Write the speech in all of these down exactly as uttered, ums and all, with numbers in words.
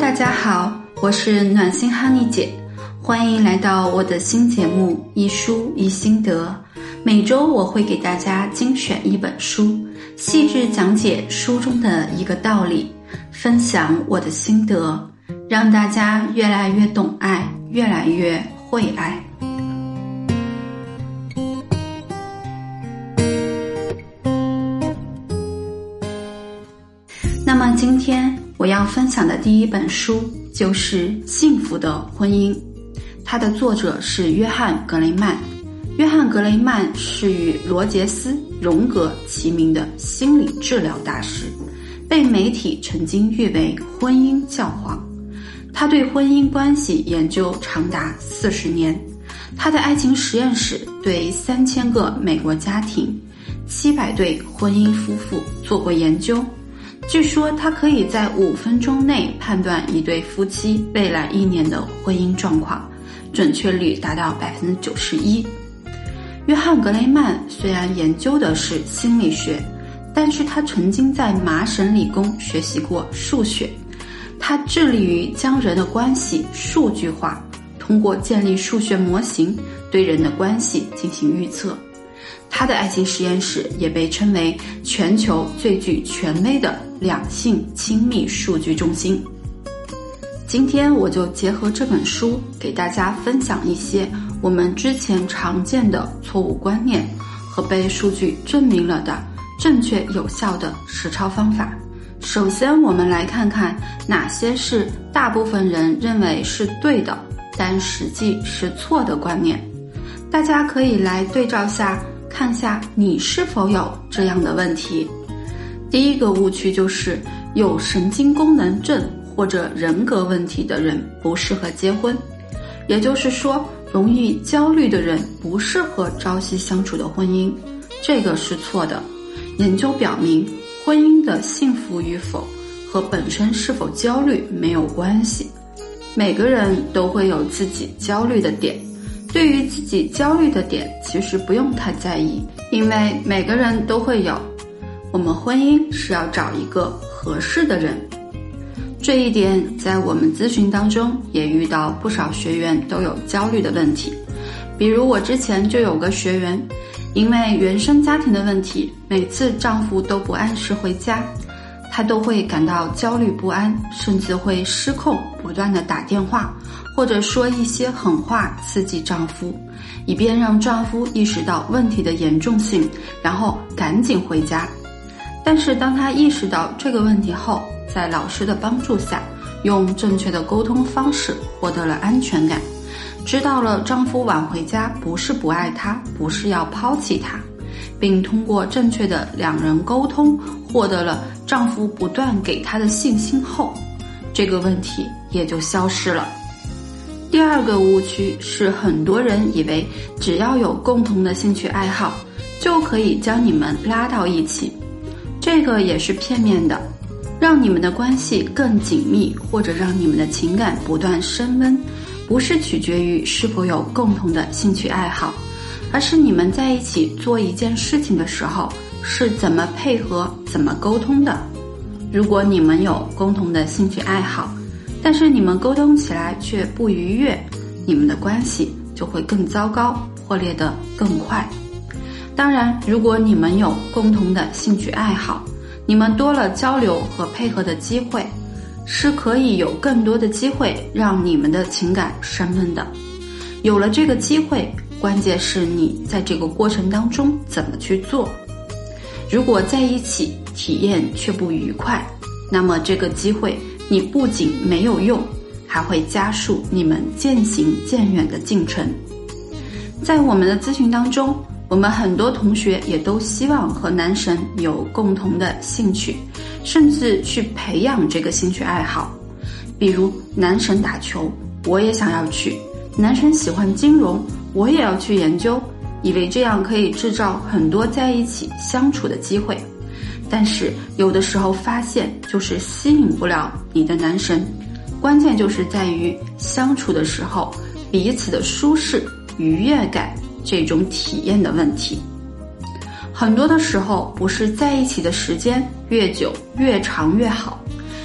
大家好，我是暖心哈尼姐，欢迎来到我的新节目一书一心得。每周我会给大家精选一本书，细致讲解书中的一个道理，分享我的心得，让大家越来越懂爱，越来越会爱。那么今天我要分享的第一本书就是《幸福的婚姻》，它的作者是约翰·格雷曼。约翰·格雷曼是与罗杰斯·荣格齐名的心理治疗大师，被媒体曾经誉为婚姻教皇。他对婚姻关系研究长达四十年，他的爱情实验室对三千个美国家庭、七百对婚姻夫妇做过研究。据说他可以在五分钟内判断一对夫妻未来一年的婚姻状况，准确率达到 百分之九十一。 约翰·格雷曼虽然研究的是心理学，但是他曾经在麻省理工学习过数学。他致力于将人的关系数据化，通过建立数学模型对人的关系进行预测。他的爱情实验室也被称为全球最具权威的两性亲密数据中心。今天我就结合这本书给大家分享一些我们之前常见的错误观念和被数据证明了的正确有效的实操方法。首先我们来看看哪些是大部分人认为是对的，但实际是错的观念。大家可以来对照下，看下你是否有这样的问题。第一个误区就是有神经功能症或者人格问题的人不适合结婚，也就是说容易焦虑的人不适合朝夕相处的婚姻，这个是错的。研究表明，婚姻的幸福与否和本身是否焦虑没有关系，每个人都会有自己焦虑的点，对于自己焦虑的点其实不用太在意，因为每个人都会有。我们婚姻是要找一个合适的人，这一点在我们咨询当中也遇到不少学员都有焦虑的问题。比如我之前就有个学员，因为原生家庭的问题，每次丈夫都不按时回家，她都会感到焦虑不安，甚至会失控，不断地打电话或者说一些狠话刺激丈夫，以便让丈夫意识到问题的严重性，然后赶紧回家。但是当她意识到这个问题后，在老师的帮助下，用正确的沟通方式获得了安全感，知道了丈夫晚回家不是不爱她，不是要抛弃她，并通过正确的两人沟通获得了丈夫不断给她的信心后，这个问题也就消失了。第二个误区是很多人以为只要有共同的兴趣爱好就可以将你们拉到一起，这个也是片面的。让你们的关系更紧密，或者让你们的情感不断升温，不是取决于是否有共同的兴趣爱好，而是你们在一起做一件事情的时候是怎么配合，怎么沟通的。如果你们有共同的兴趣爱好，但是你们沟通起来却不愉悦，你们的关系就会更糟糕，破裂得更快。当然，如果你们有共同的兴趣爱好，你们多了交流和配合的机会，是可以有更多的机会让你们的情感升温的。有了这个机会，关键是你在这个过程当中怎么去做。如果在一起体验却不愉快，那么这个机会你不仅没有用，还会加速你们渐行渐远的进程。在我们的咨询当中，我们很多同学也都希望和男神有共同的兴趣，甚至去培养这个兴趣爱好。比如男神打球，我也想要去；男神喜欢金融，我也要去研究，以为这样可以制造很多在一起相处的机会。但是有的时候发现就是吸引不了你的男神，关键就是在于相处的时候彼此的舒适、愉悦感这种体验的问题。很多的时候不是在一起的时间越久越长越好，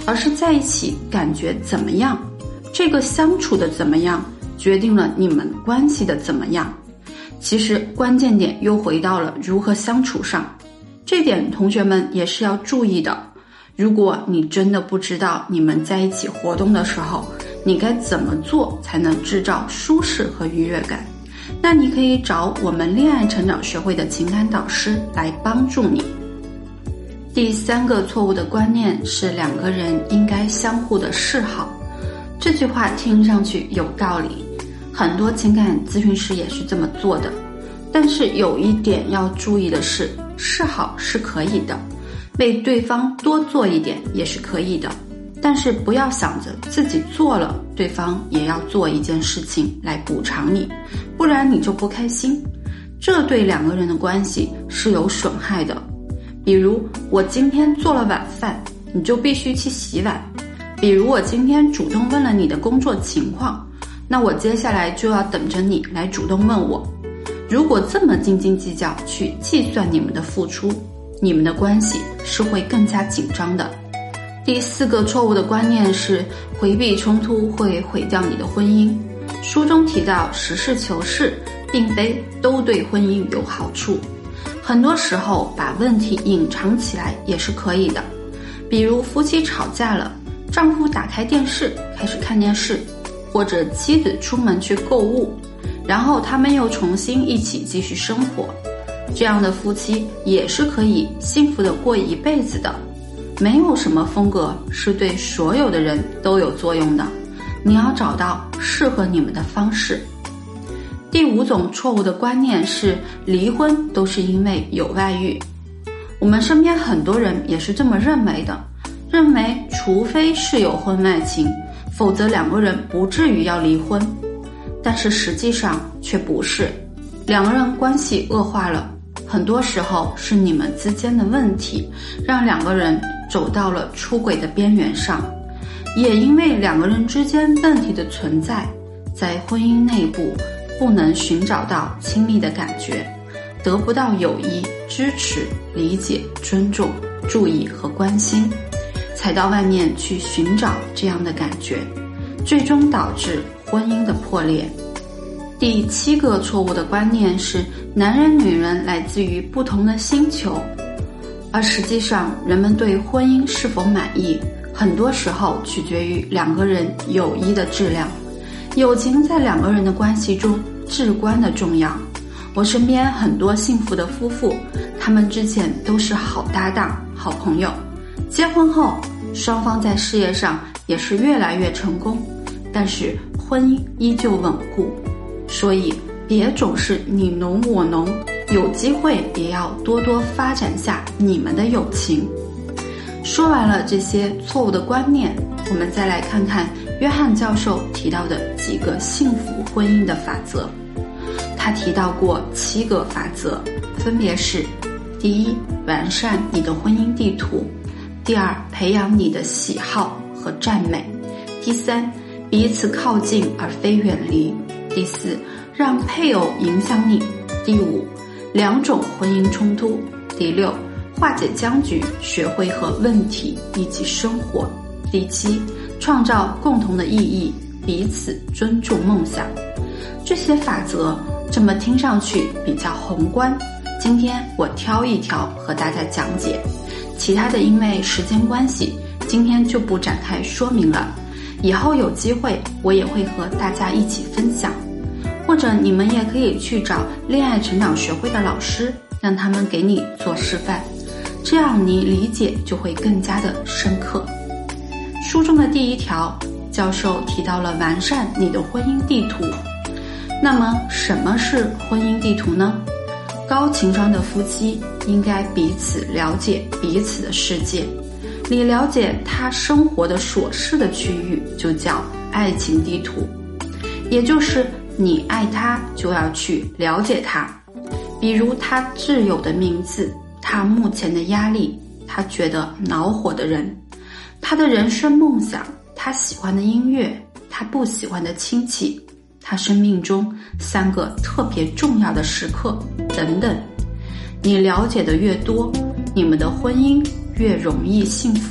而是在一起感觉怎么样，这个相处的怎么样，决定了你们关系的怎么样。其实关键点又回到了如何相处上，这点同学们也是要注意的。如果你真的不知道你们在一起活动的时候，你该怎么做才能制造舒适和愉悦感，那你可以找我们恋爱成长学会的情感导师来帮助你。第三个错误的观念是两个人应该相互的示好。这句话听上去有道理，很多情感咨询师也是这么做的，但是有一点要注意的是，示好是可以的，为对方多做一点也是可以的，但是不要想着自己做了，对方也要做一件事情来补偿你，不然你就不开心，这对两个人的关系是有损害的。比如我今天做了晚饭，你就必须去洗碗；比如我今天主动问了你的工作情况，那我接下来就要等着你来主动问我。如果这么斤斤计较去计算你们的付出，你们的关系是会更加紧张的。第四个错误的观念是回避冲突会毁掉你的婚姻。书中提到实事求是并非都对婚姻有好处，很多时候把问题隐藏起来也是可以的。比如夫妻吵架了，丈夫打开电视开始看电视，或者妻子出门去购物，然后他们又重新一起继续生活，这样的夫妻也是可以幸福的过一辈子的。没有什么风格是对所有的人都有作用的，你要找到适合你们的方式。第五种错误的观念是离婚都是因为有外遇。我们身边很多人也是这么认为的，认为除非是有婚外情，否则两个人不至于要离婚。但是实际上却不是，两个人关系恶化了，很多时候是你们之间的问题让两个人走到了出轨的边缘上。也因为两个人之间问题的存在，在婚姻内部不能寻找到亲密的感觉，得不到友谊、支持、理解、尊重、注意和关心，才到外面去寻找这样的感觉，最终导致婚姻的破裂。第七个错误的观念是男人女人来自于不同的星球，而实际上人们对婚姻是否满意，很多时候取决于两个人友谊的质量。友情在两个人的关系中至关的重要。我身边很多幸福的夫妇，他们之前都是好搭档、好朋友，结婚后双方在事业上也是越来越成功，但是婚姻依旧稳固。所以别总是你侬我侬，有机会也要多多发展下你们的友情。说完了这些错误的观念，我们再来看看约翰教授提到的几个幸福婚姻的法则。他提到过七个法则，分别是：第一，完善你的婚姻地图；第二，培养你的喜好和赞美；第三，彼此靠近而非远离；第四，让配偶影响你；第五，两种婚姻冲突；第六，化解僵局，学会和问题一起生活；第七，创造共同的意义，彼此尊重梦想。这些法则这么听上去比较宏观，今天我挑一条和大家讲解，其他的因为时间关系，今天就不展开说明了。以后有机会我也会和大家一起分享，或者你们也可以去找恋爱成长学会的老师，让他们给你做示范，这样你理解就会更加的深刻。书中的第一条，教授提到了完善你的婚姻地图。那么什么是婚姻地图呢？高情商的夫妻应该彼此了解彼此的世界，你了解他生活的琐事的区域就叫爱情地图，也就是你爱他就要去了解他，比如他挚友的名字，他目前的压力，他觉得恼火的人，他的人生梦想，他喜欢的音乐，他不喜欢的亲戚，他生命中三个特别重要的时刻等等。你了解的越多，你们的婚姻越容易幸福，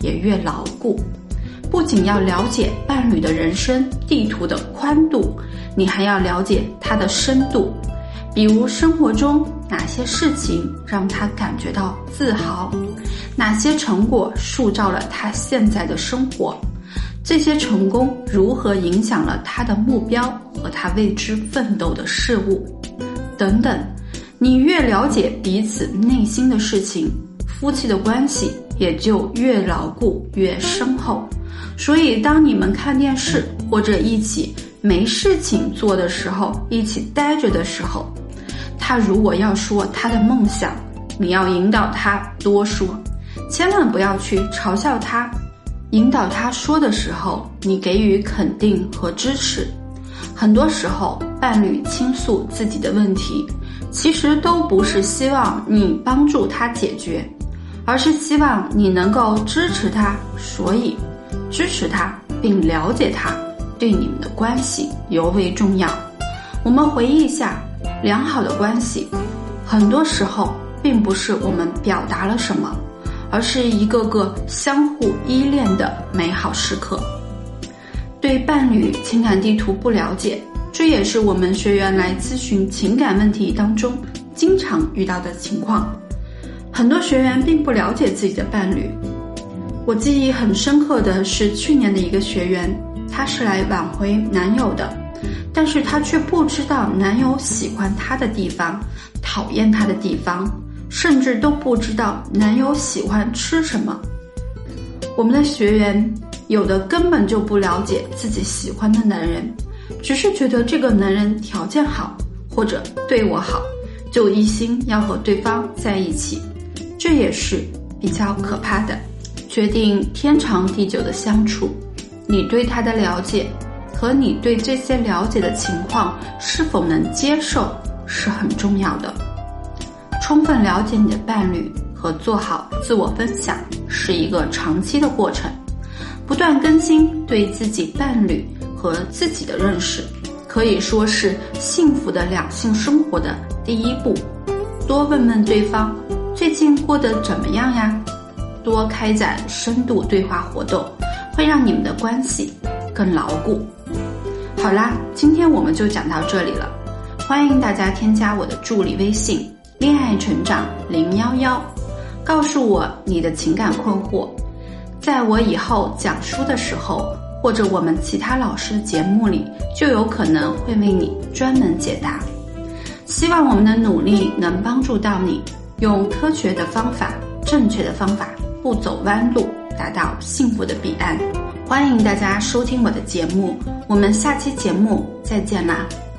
也越牢固。不仅要了解伴侣的人生地图的宽度，你还要了解他的深度。比如生活中哪些事情让他感觉到自豪，哪些成果塑造了他现在的生活，这些成功如何影响了他的目标和他为之奋斗的事物等等。你越了解彼此内心的事情，夫妻的关系也就越牢固越深厚。所以当你们看电视或者一起没事情做的时候，一起待着的时候，他如果要说他的梦想，你要引导他多说，千万不要去嘲笑他。引导他说的时候，你给予肯定和支持。很多时候伴侣倾诉自己的问题，其实都不是希望你帮助他解决，而是希望你能够支持他，所以支持他并了解他，对你们的关系尤为重要。我们回忆一下，良好的关系很多时候并不是我们表达了什么，而是一个个相互依恋的美好时刻。对伴侣情感地图不了解，这也是我们学员来咨询情感问题当中经常遇到的情况。很多学员并不了解自己的伴侣。我记忆很深刻的是去年的一个学员，她是来挽回男友的，但是她却不知道男友喜欢她的地方，讨厌她的地方，甚至都不知道男友喜欢吃什么。我们的学员有的根本就不了解自己喜欢的男人，只是觉得这个男人条件好或者对我好，就一心要和对方在一起。这也是比较可怕的。决定天长地久的相处，你对他的了解和你对这些了解的情况是否能接受是很重要的。充分了解你的伴侣和做好自我分享是一个长期的过程，不断更新对自己伴侣和自己的认识，可以说是幸福的两性生活的第一步。多问问对方最近过得怎么样呀？多开展深度对话活动，会让你们的关系更牢固。好啦，今天我们就讲到这里了。欢迎大家添加我的助理微信恋爱成长零一一，告诉我你的情感困惑，在我以后讲书的时候，或者我们其他老师的节目里，就有可能会为你专门解答。希望我们的努力能帮助到你，用科学的方法，正确的方法，不走弯路，达到幸福的彼岸。欢迎大家收听我的节目，我们下期节目再见啦。